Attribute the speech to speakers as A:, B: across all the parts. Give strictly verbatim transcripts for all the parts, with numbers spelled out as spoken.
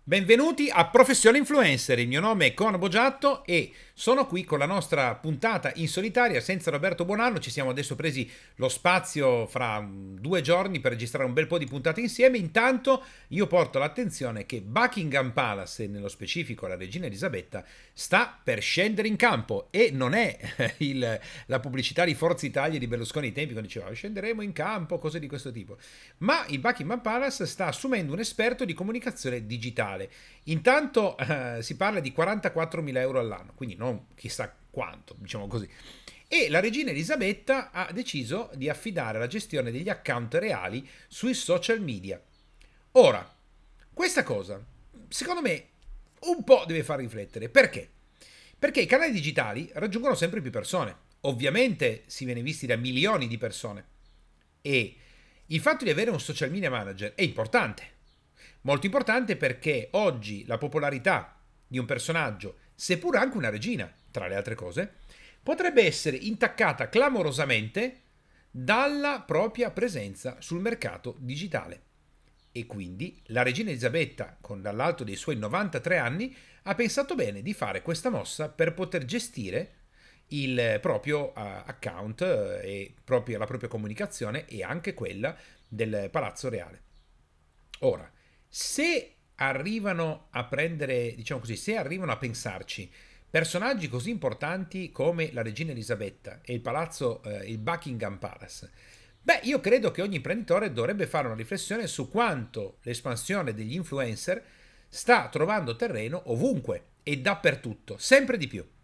A: Benvenuti a Professione Influencer, il mio nome è Con Bogiatto e sono qui con la nostra puntata in solitaria senza Roberto Buonanno. Ci siamo adesso presi lo spazio fra mm, due giorni per registrare un bel po' di puntate insieme. Intanto io porto l'attenzione che Buckingham Palace, e nello specifico la regina Elisabetta, sta per scendere in campo e non è il- la pubblicità di Forza Italia di Berlusconi ai tempi quando diceva scenderemo in campo, cose di questo tipo, ma il Buckingham Palace sta assumendo un esperto di comunicazione digitale. Intanto eh, si parla di quarantaquattromila euro all'anno, quindi non chissà quanto, diciamo così. E la regina Elisabetta ha deciso di affidare la gestione degli account reali sui social media. Ora, questa cosa, secondo me, un po' deve far riflettere. Perché? Perché i canali digitali raggiungono sempre più persone. Ovviamente si viene visti da milioni di persone. E il fatto di avere un social media manager è importante. Molto importante perché oggi la popolarità di un personaggio, seppur anche una regina, tra le altre cose, potrebbe essere intaccata clamorosamente dalla propria presenza sul mercato digitale. E quindi la regina Elisabetta, con dall'alto dei suoi novantatré anni, ha pensato bene di fare questa mossa per poter gestire il proprio uh, account uh, e proprio, la propria comunicazione e anche quella del Palazzo Reale. Ora, se arrivano a prendere, diciamo così, se arrivano a pensarci personaggi così importanti come la regina Elisabetta e il palazzo, eh, il Buckingham Palace, beh, io credo che ogni imprenditore dovrebbe fare una riflessione su quanto l'espansione degli influencer sta trovando terreno ovunque e dappertutto, sempre di più.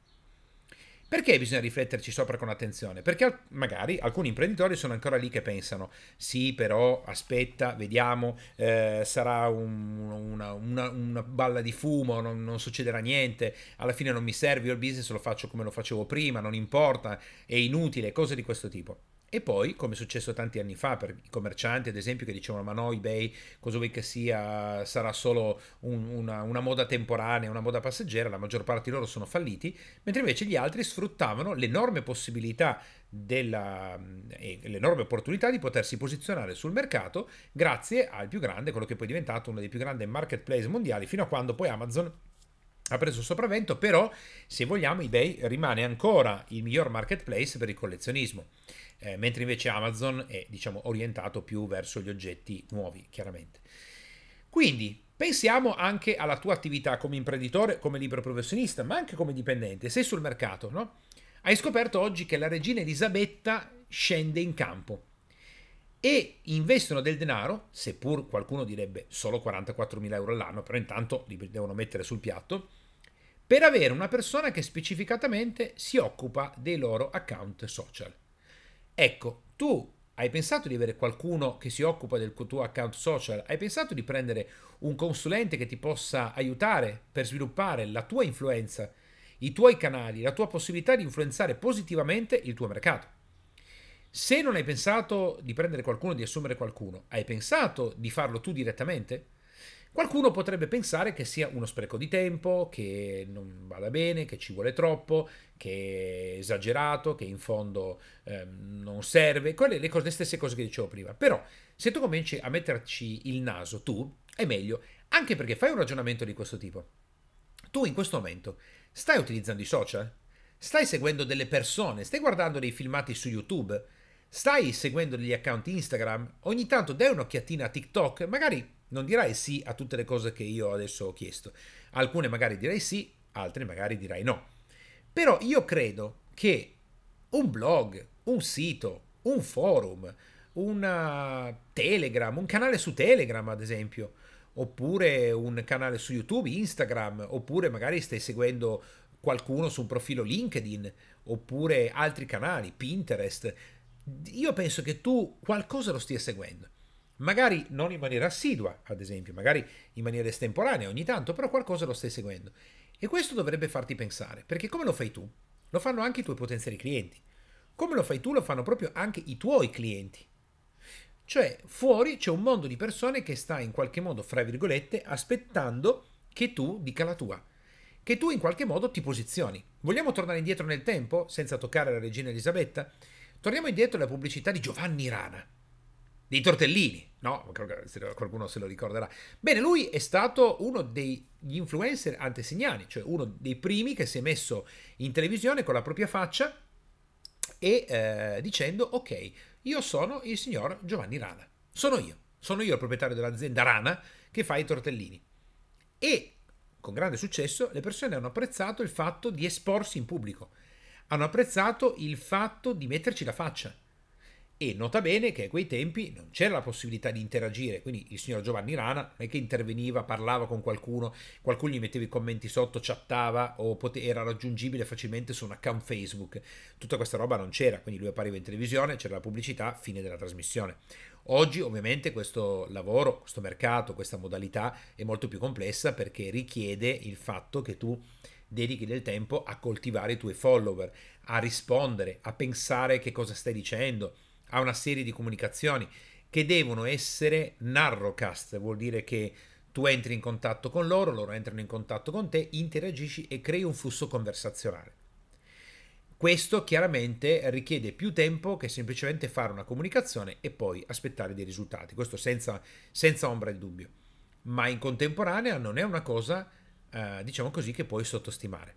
A: Perché bisogna rifletterci sopra con attenzione? Perché magari alcuni imprenditori sono ancora lì che pensano, sì, però aspetta, vediamo, eh, sarà un- una, una- una balla di fumo, non, non succederà niente, alla fine non mi serve, io il business lo faccio come lo facevo prima, non importa, è inutile, cose di questo tipo. E poi, come è successo tanti anni fa per i commercianti, ad esempio, che dicevano: Ma no, eBay, cosa vuoi che sia? Sarà solo un- una, una moda temporanea, una moda passeggera. La maggior parte di loro sono falliti, mentre invece gli altri sfruttavano l'enorme possibilità della, e l'enorme opportunità di potersi posizionare sul mercato grazie al più grande, quello che poi è diventato uno dei più grandi marketplace mondiali, fino a quando poi Amazon ha preso il sopravvento. Però, se vogliamo, eBay rimane ancora il miglior marketplace per il collezionismo, eh, mentre invece Amazon è, diciamo, orientato più verso gli oggetti nuovi, chiaramente. Quindi pensiamo anche alla tua attività come imprenditore, come libero professionista, ma anche come dipendente. Sei sul mercato, no? Hai scoperto oggi che la regina Elisabetta scende in campo e investono del denaro, seppur qualcuno direbbe solo quarantaquattromila euro all'anno, però intanto li devono mettere sul piatto, per avere una persona che specificatamente si occupa dei loro account social. Ecco, tu hai pensato di avere qualcuno che si occupa del tuo account social? Hai pensato di prendere un consulente che ti possa aiutare per sviluppare la tua influenza, i tuoi canali, la tua possibilità di influenzare positivamente il tuo mercato? Se non hai pensato di prendere qualcuno, di assumere qualcuno, hai pensato di farlo tu direttamente? Qualcuno potrebbe pensare che sia uno spreco di tempo, che non vada bene, che ci vuole troppo, che è esagerato, che in fondo ehm, non serve, quelle le, cose, le stesse cose che dicevo prima. Però se tu cominci a metterci il naso tu, è meglio, anche perché fai un ragionamento di questo tipo. Tu in questo momento stai utilizzando i social? Stai seguendo delle persone? Stai guardando dei filmati su YouTube? Stai seguendo degli account Instagram? Ogni tanto dai un'occhiatina a TikTok? Magari non dirai sì a tutte le cose che io adesso ho chiesto. Alcune magari dirai sì, altre magari dirai no. Però io credo che un blog, un sito, un forum, una Telegram, un canale su Telegram ad esempio, oppure un canale su YouTube, Instagram, oppure magari stai seguendo qualcuno su un profilo LinkedIn, oppure altri canali, Pinterest. Io penso che tu qualcosa lo stia seguendo. Magari non in maniera assidua, ad esempio, magari in maniera estemporanea ogni tanto, però qualcosa lo stai seguendo. E questo dovrebbe farti pensare, perché come lo fai tu? Lo fanno anche i tuoi potenziali clienti. Come lo fai tu, lo fanno proprio anche i tuoi clienti. Cioè, fuori c'è un mondo di persone che sta in qualche modo, fra virgolette, aspettando che tu dica la tua, che tu in qualche modo ti posizioni. Vogliamo tornare indietro nel tempo, senza toccare la regina Elisabetta? Torniamo indietro alla pubblicità di Giovanni Rana. dei tortellini, no? Qualcuno se lo ricorderà. Bene, lui è stato uno degli influencer antesignani, cioè uno dei primi che si è messo in televisione con la propria faccia e eh, dicendo: ok, io sono il signor Giovanni Rana, sono io, sono io il proprietario dell'azienda Rana che fa i tortellini. E con grande successo le persone hanno apprezzato il fatto di esporsi in pubblico, hanno apprezzato il fatto di metterci la faccia. E nota bene che a quei tempi non c'era la possibilità di interagire, quindi il signor Giovanni Rana non è che interveniva, parlava con qualcuno, qualcuno gli metteva i commenti sotto, chattava o pote- era raggiungibile facilmente su un account Facebook. Tutta questa roba non c'era, quindi lui appariva in televisione, c'era la pubblicità, fine della trasmissione. Oggi ovviamente questo lavoro, questo mercato, questa modalità è molto più complessa perché richiede il fatto che tu dedichi del tempo a coltivare i tuoi follower, a rispondere, a pensare che cosa stai dicendo, a una serie di comunicazioni che devono essere narrowcast, vuol dire che tu entri in contatto con loro, loro entrano in contatto con te, interagisci e crei un flusso conversazionale. Questo chiaramente richiede più tempo che semplicemente fare una comunicazione e poi aspettare dei risultati, questo senza, senza ombra di dubbio, ma in contemporanea non è una cosa, eh, diciamo così, che puoi sottostimare.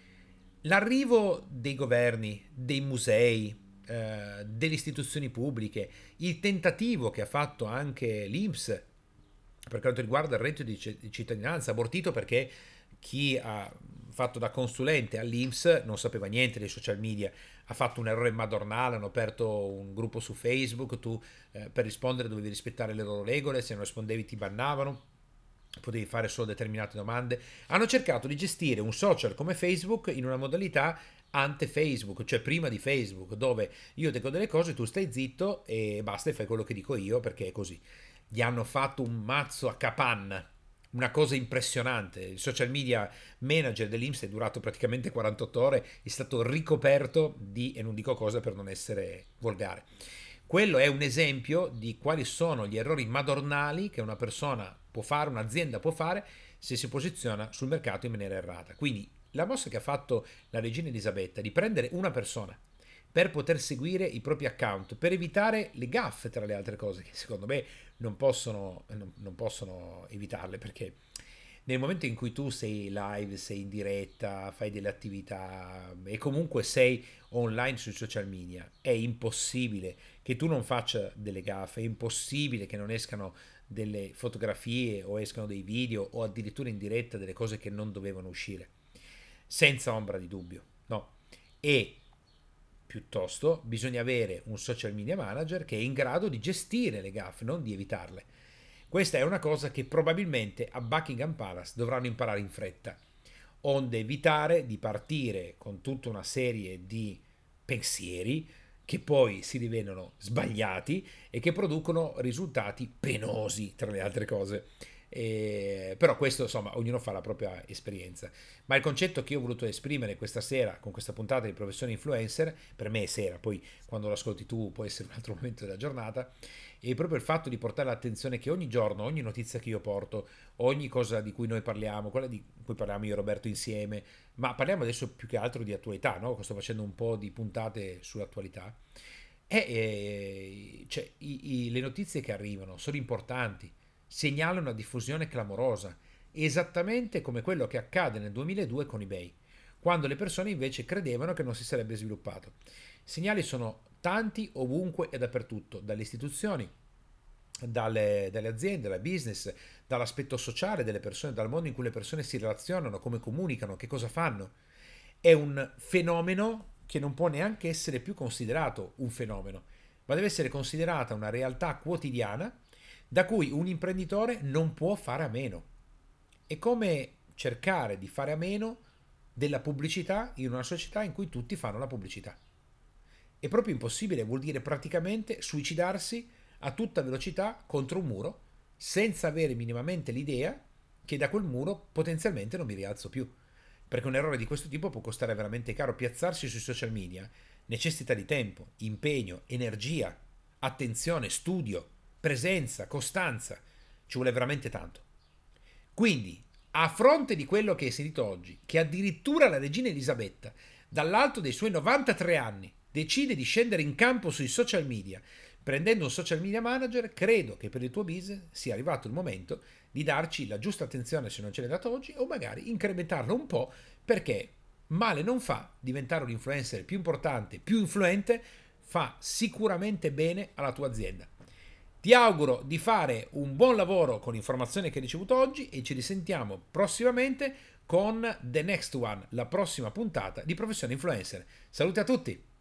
A: L'arrivo dei governi, dei musei, eh, delle istituzioni pubbliche, il tentativo che ha fatto anche l'I N P S per quanto riguarda il reddito di cittadinanza, abortito perché chi ha fatto da consulente all'I N P S non sapeva niente dei social media, ha fatto un errore madornale, hanno aperto un gruppo su Facebook, tu eh, per rispondere dovevi rispettare le loro regole, se non rispondevi ti bannavano, potevi fare solo determinate domande. Hanno cercato di gestire un social come Facebook in una modalità ante Facebook, cioè prima di Facebook, dove io dico delle cose, tu stai zitto e basta e fai quello che dico io perché è così. Gli hanno fatto un mazzo a capanna, una cosa impressionante. Il social media manager dell'I N P S è durato praticamente quarantotto ore, è stato ricoperto di, e non dico cosa per non essere volgare. Quello è un esempio di quali sono gli errori madornali che una persona può fare, un'azienda può fare se si posiziona sul mercato in maniera errata. Quindi la mossa che ha fatto la regina Elisabetta di prendere una persona per poter seguire i propri account, per evitare le gaffe tra le altre cose, che secondo me non possono, non, non possono evitarle, perché nel momento in cui tu sei live, sei in diretta, fai delle attività e comunque sei online sui social media, è impossibile che tu non faccia delle gaffe, è impossibile che non escano delle fotografie o escano dei video o addirittura in diretta delle cose che non dovevano uscire, senza ombra di dubbio, no? E piuttosto bisogna avere un social media manager che è in grado di gestire le gaffe, non di evitarle. Questa è una cosa che probabilmente a Buckingham Palace dovranno imparare in fretta, onde evitare di partire con tutta una serie di pensieri che poi si rivelano sbagliati e che producono risultati penosi, tra le altre cose. Eh, però questo insomma ognuno fa la propria esperienza, ma il concetto che io ho voluto esprimere questa sera con questa puntata di Professione Influencer, per me è sera, poi quando lo ascolti tu può essere un altro momento della giornata, è proprio il fatto di portare l'attenzione che ogni giorno, ogni notizia che io porto, ogni cosa di cui noi parliamo, quella di cui parliamo io e Roberto insieme, ma parliamo adesso più che altro di attualità, no? Sto facendo un po' di puntate sull'attualità, e eh, cioè, i, i, le notizie che arrivano sono importanti, segnala una diffusione clamorosa, esattamente come quello che accade nel duemiladue con eBay, quando le persone invece credevano che non si sarebbe sviluppato. I segnali sono tanti ovunque e dappertutto, dalle istituzioni, dalle, dalle aziende, dal business, dall'aspetto sociale delle persone, dal mondo in cui le persone si relazionano, come comunicano, che cosa fanno. È un fenomeno che non può neanche essere più considerato un fenomeno, ma deve essere considerata una realtà quotidiana da cui un imprenditore non può fare a meno. È come cercare di fare a meno della pubblicità in una società in cui tutti fanno la pubblicità. È proprio impossibile, vuol dire praticamente suicidarsi a tutta velocità contro un muro senza avere minimamente l'idea che da quel muro potenzialmente non mi rialzo più. Perché un errore di questo tipo può costare veramente caro. Piazzarsi sui social media necessita di tempo, impegno, energia, attenzione, studio, presenza, costanza, ci vuole veramente tanto. Quindi, a fronte di quello che hai sentito oggi, che addirittura la regina Elisabetta, dall'alto dei suoi novantatré anni, decide di scendere in campo sui social media prendendo un social media manager, credo che per il tuo business sia arrivato il momento di darci la giusta attenzione se non ce l'hai dato oggi, o magari incrementarlo un po', perché male non fa. Diventare un influencer più importante, più influente, fa sicuramente bene alla tua azienda. Ti auguro di fare un buon lavoro con l'informazione che hai ricevuto oggi e ci risentiamo prossimamente con The Next One, la prossima puntata di Professione Influencer. Saluti a tutti!